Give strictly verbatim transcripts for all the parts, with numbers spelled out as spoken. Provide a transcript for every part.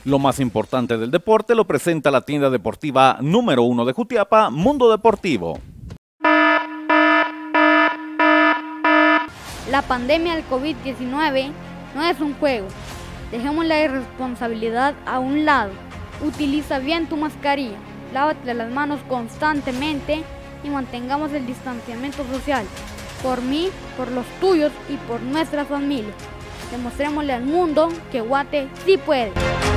Lo más importante del deporte lo presenta la tienda deportiva número uno de Jutiapa, Mundo Deportivo. La pandemia del COVID diecinueve no es un juego. Dejemos la irresponsabilidad a un lado. Utiliza bien tu mascarilla, lávate las manos constantemente y mantengamos el distanciamiento social. Por mí, por los tuyos y por nuestra familia. Demostrémosle al mundo que Guate sí puede.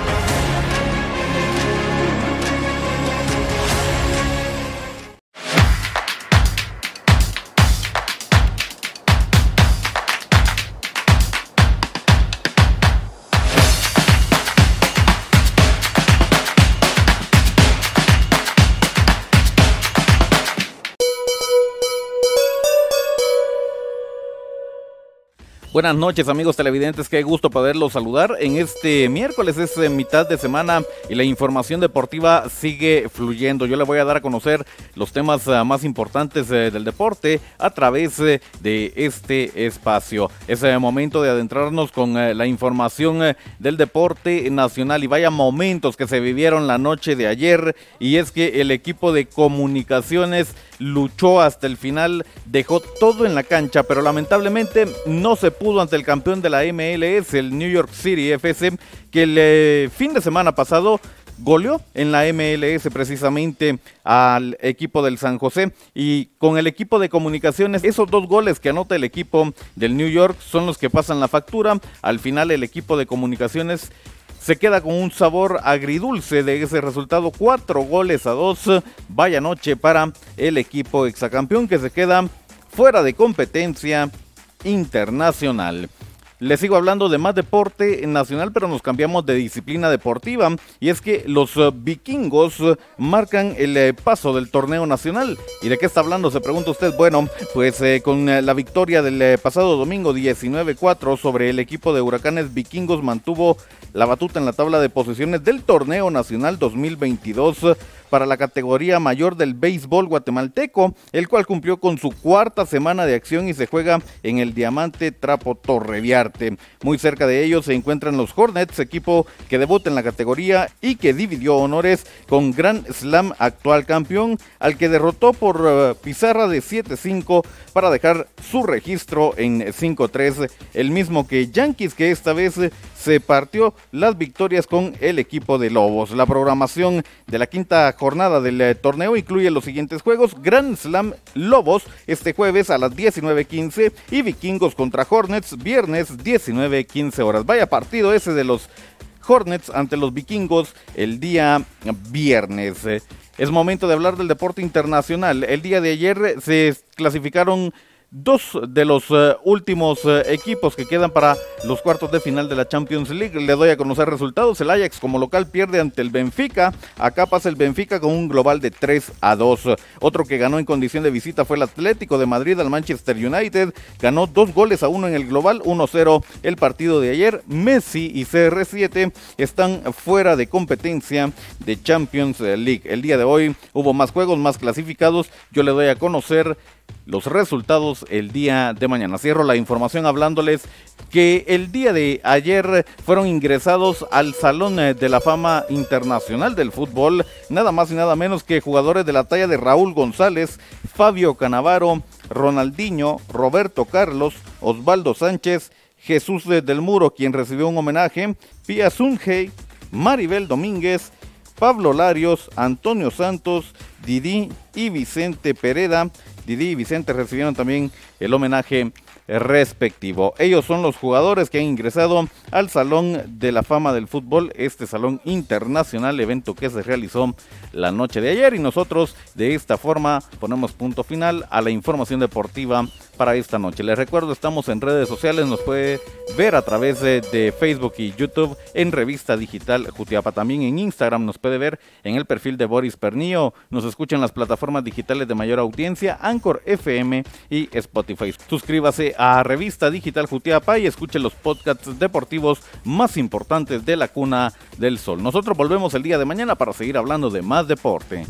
Buenas noches, amigos televidentes, qué gusto poderlos saludar en este miércoles, es eh, mitad de semana y la información deportiva sigue fluyendo. Yo le voy a dar a conocer los temas uh, más importantes uh, del deporte a través uh, de este espacio. Es uh, momento de adentrarnos con uh, la información uh, del deporte nacional y vaya momentos que se vivieron la noche de ayer, y es que el equipo de Comunicaciones luchó hasta el final, dejó todo en la cancha, pero lamentablemente no se pudo ante el campeón de la M L S, el New York City F C, que el eh, fin de semana pasado goleó en la M L S precisamente al equipo del San José. Y con el equipo de Comunicaciones, esos dos goles que anota el equipo del New York son los que pasan la factura. Al final el equipo de Comunicaciones se queda con un sabor agridulce de ese resultado, cuatro goles a dos. Vaya noche para el equipo exacampeón que se queda fuera de competencia internacional. Les sigo hablando de más deporte nacional, pero nos cambiamos de disciplina deportiva, y es que los uh, vikingos uh, marcan el uh, paso del torneo nacional. ¿Y de qué está hablando? Se pregunta usted. Bueno, pues uh, con uh, la victoria del uh, pasado domingo diecinueve cuatro sobre el equipo de Huracanes, Vikingos mantuvo la batuta en la tabla de posiciones del torneo nacional dos mil veintidós uh, para la categoría mayor del béisbol guatemalteco, el cual cumplió con su cuarta semana de acción y se juega en el Diamante Trapo Torreviarte. Muy cerca de ellos se encuentran los Hornets, equipo que debuta en la categoría y que dividió honores con Grand Slam, actual campeón, al que derrotó por uh, pizarra de siete cinco para dejar su registro en cinco tres, el mismo que Yankees, que esta vez se partió las victorias con el equipo de Lobos. La programación de la quinta jornada del eh, torneo incluye los siguientes juegos: Grand Slam Lobos este jueves a las diecinueve quince y Vikingos contra Hornets viernes diecinueve quince horas. Vaya partido ese de los Hornets ante los Vikingos el día viernes. Es momento de hablar del deporte internacional. El día de ayer se clasificaron dos de los uh, últimos uh, equipos que quedan para los cuartos de final de la Champions League. Le doy a conocer resultados. El Ajax como local pierde ante el Benfica. Acá pasa el Benfica con un global de tres a dos. Otro que ganó en condición de visita fue el Atlético de Madrid al Manchester United. Ganó dos goles a uno en el global, uno cero el partido de ayer. Messi y C R siete están fuera de competencia de Champions League. El día de hoy hubo más juegos, más clasificados. Yo le doy a conocer los resultados el día de mañana. Cierro la información hablándoles que el día de ayer fueron ingresados al Salón de la Fama Internacional del Fútbol nada más y nada menos que jugadores de la talla de Raúl González, Fabio Cannavaro, Ronaldinho, Roberto Carlos, Osvaldo Sánchez, Jesús del Muro, quien recibió un homenaje, Pia Sundhage, Maribel Domínguez, Pablo Larios, Antonio Santos, Didi y Vicente Pereda. Didi y Vicente recibieron también el homenaje respectivo. Ellos son los jugadores que han ingresado al Salón de la Fama del Fútbol, este salón internacional, evento que se realizó la noche de ayer, y nosotros de esta forma ponemos punto final a la información deportiva para esta noche. Les recuerdo, estamos en redes sociales, nos puede ver a través de, de Facebook y YouTube en Revista Digital Jutiapa. También en Instagram nos puede ver en el perfil de Boris Pernillo. Nos escucha en las plataformas digitales de mayor audiencia, Anchor F M y Spotify. Suscríbase a Revista Digital Jutiapa y escuche los podcasts deportivos más importantes de la Cuna del Sol. Nosotros volvemos el día de mañana para seguir hablando de más deporte.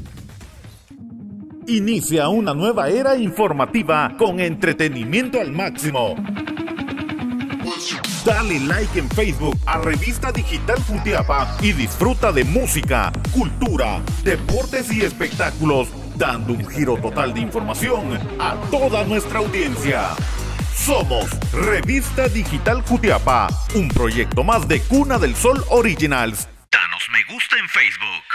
Inicia una nueva era informativa con entretenimiento al máximo. Dale like en Facebook a Revista Digital Jutiapa y disfruta de música, cultura, deportes y espectáculos, dando un giro total de información a toda nuestra audiencia. Somos Revista Digital Jutiapa, un proyecto más de Cuna del Sol Originals. Danos me gusta en Facebook.